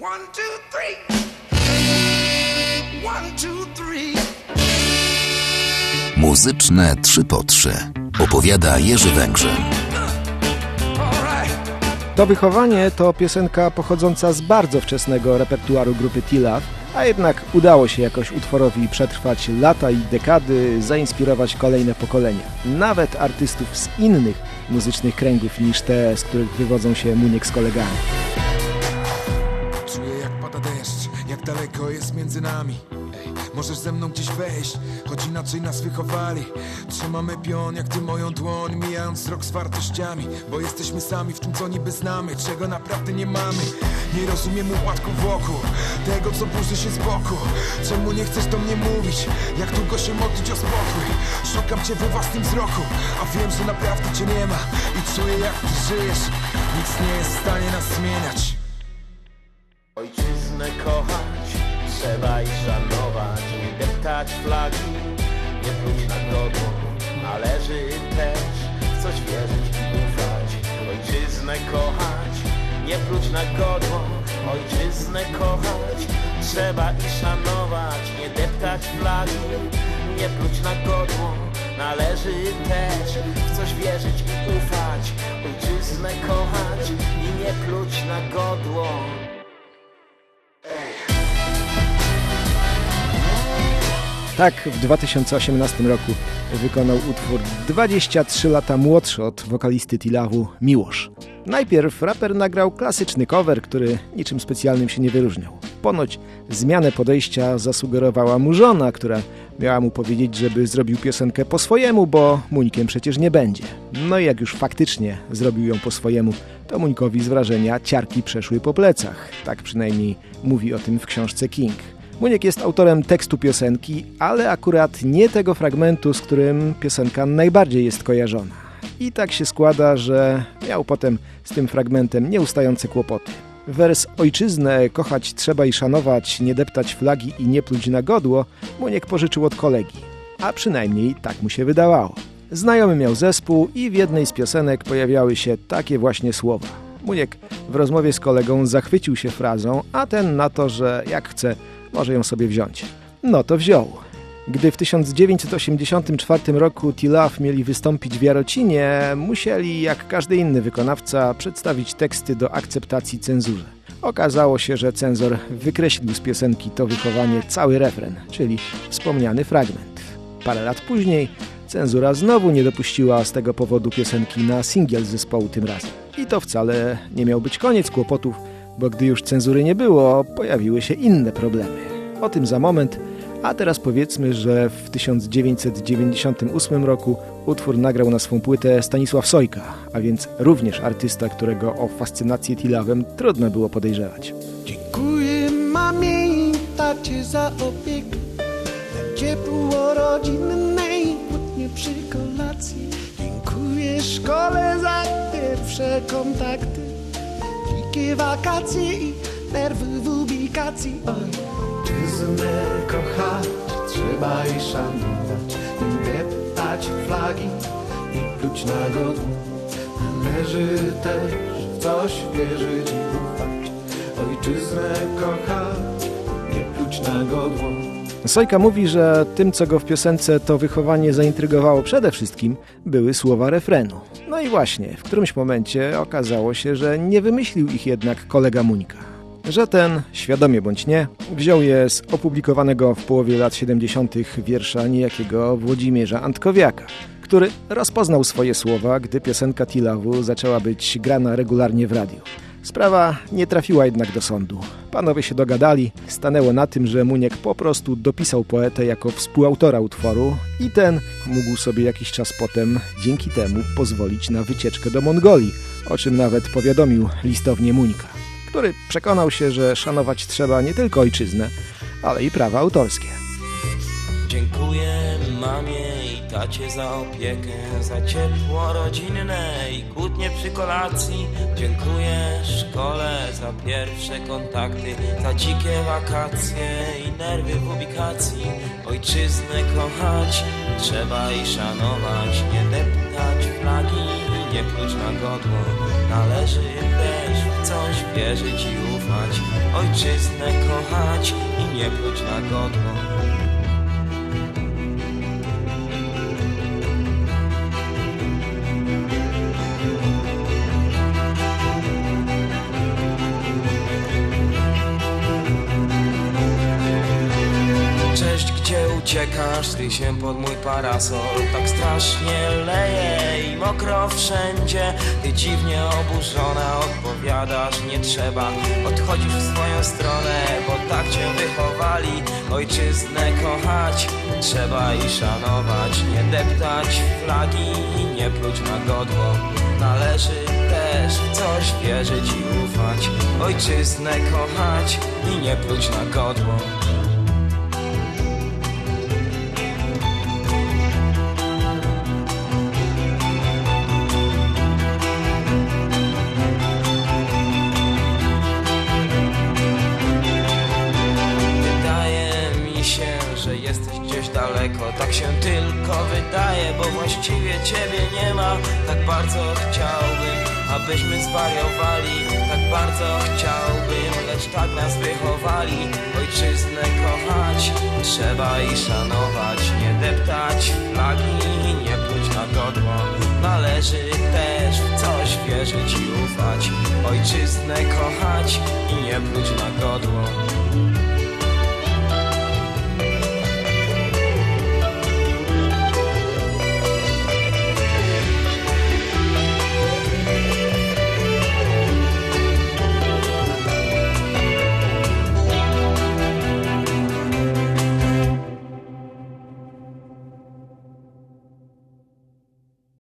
1, 2, 3. 1, 2, 3. Muzyczne 3x3. Opowiada Jerzy Węgrzyn. To wychowanie to piosenka pochodząca z bardzo wczesnego repertuaru grupy T-Love, a jednak udało się jakoś utworowi przetrwać lata i dekady, zainspirować kolejne pokolenia. Nawet artystów z innych muzycznych kręgów niż te, z których wywodzą się Muniek z kolegami. Czuję jak pada deszcz, jak daleko jest między nami. Możesz ze mną gdzieś wejść, choć inaczej nas wychowali. Trzymamy pion jak ty moją dłoń, mijając rok z wartościami. Bo jesteśmy sami w tym, co niby znamy, czego naprawdę nie mamy. Nie rozumiem upadku wokół, tego co burzy się z boku. Czemu nie chcesz do mnie mówić, jak długo się modlić o spokój? Szukam cię we własnym wzroku, a wiem, że naprawdę cię nie ma. I czuję jak ty żyjesz, nic nie jest w stanie nas zmieniać. Ojczyznę kochać trzeba i szanować, nie deptać flagi, nie pluć na godło. Należy też w coś wierzyć i ufać. Ojczyznę kochać, nie pluć na godło. Ojczyznę kochać trzeba i szanować, nie deptać flagi, nie pluć na godło. Należy też w coś wierzyć i ufać. Ojczyznę kochać i nie pluć na godło. Tak w 2018 roku wykonał utwór 23 lata młodszy od wokalisty T-Love'u Miłosz. Najpierw raper nagrał klasyczny cover, który niczym specjalnym się nie wyróżniał. Ponoć zmianę podejścia zasugerowała mu żona, która miała mu powiedzieć, żeby zrobił piosenkę po swojemu, bo Muńkiem przecież nie będzie. No i jak już faktycznie zrobił ją po swojemu, to Muńkowi z wrażenia ciarki przeszły po plecach. Tak przynajmniej mówi o tym w książce King. Muniek jest autorem tekstu piosenki, ale akurat nie tego fragmentu, z którym piosenka najbardziej jest kojarzona. I tak się składa, że miał potem z tym fragmentem nieustające kłopoty. Wers ojczyznę kochać trzeba i szanować, nie deptać flagi i nie pluć na godło Muniek pożyczył od kolegi. A przynajmniej tak mu się wydawało. Znajomy miał zespół i w jednej z piosenek pojawiały się takie właśnie słowa. Muniek w rozmowie z kolegą zachwycił się frazą, a ten na to, że jak chce, może ją sobie wziąć. No to wziął. Gdy w 1984 roku T-Love mieli wystąpić w Jarocinie, musieli, jak każdy inny wykonawca, przedstawić teksty do akceptacji cenzurze. Okazało się, że cenzor wykreślił z piosenki To wychowanie cały refren, czyli wspomniany fragment. Parę lat później cenzura znowu nie dopuściła z tego powodu piosenki na singiel zespołu tym razem. I to wcale nie miał być koniec kłopotów, bo gdy już cenzury nie było, pojawiły się inne problemy. O tym za moment, a teraz powiedzmy, że w 1998 roku utwór nagrał na swą płytę Stanisław Sojka, a więc również artysta, którego o fascynację T-Love'em trudno było podejrzewać. Dziękuję mamie i tacie za opiekę, za ciepło rodzinnej kłótnie przy kolacji. Dziękuję szkole za pierwsze kontakty, dzikie wakacje i nerwy w ubikacji. Ojczyznę kochać trzeba i szanować, nie deptać flagi i pluć na godło. Należy też w coś wierzyć i ufać. Ojczyznę kochać, nie pluć na godło. Sojka mówi, że tym, co go w piosence To wychowanie zaintrygowało przede wszystkim, były słowa refrenu. No i właśnie, w którymś momencie okazało się, że nie wymyślił ich jednak kolega Muńka. Że ten, świadomie bądź nie, wziął je z opublikowanego w połowie lat 70. wiersza niejakiego Włodzimierza Antkowiaka, który rozpoznał swoje słowa, gdy piosenka T-Love'u zaczęła być grana regularnie w radiu. Sprawa nie trafiła jednak do sądu. Panowie się dogadali, stanęło na tym, że Muniek po prostu dopisał poetę jako współautora utworu i ten mógł sobie jakiś czas potem dzięki temu pozwolić na wycieczkę do Mongolii, o czym nawet powiadomił listownie Muńka, który przekonał się, że szanować trzeba nie tylko ojczyznę, ale i prawa autorskie. Dziękuję mamie i tacie za opiekę, za ciepło rodzinne i kłótnie przy kolacji. Dziękuję szkole za pierwsze kontakty, za dzikie wakacje i nerwy w ubikacji. Ojczyznę kochać trzeba i szanować, nie deptać flagi, i nie pluć na godło. Należy też w coś wierzyć i ufać, ojczyznę kochać i nie pluć na godło. Cześć, gdzie uciekasz? Ty się pod mój parasol. Tak strasznie leje i mokro wszędzie. Ty dziwnie oburzona odpowiadasz, nie trzeba. Odchodzisz w swoją stronę, bo tak cię wychowali. Ojczyznę kochać trzeba i szanować, nie deptać flagi i nie pluć na godło. Należy też w coś wierzyć i ufać, ojczyznę kochać i nie pluć na godło. Tak się tylko wydaje, bo właściwie ciebie nie ma. Tak bardzo chciałbym, abyśmy zwariowali. Tak bardzo chciałbym, lecz tak nas wychowali. Ojczyznę kochać trzeba i szanować, nie deptać flagi i nie pluć na godło. Należy też w coś wierzyć i ufać, ojczyznę kochać i nie pluć na godło.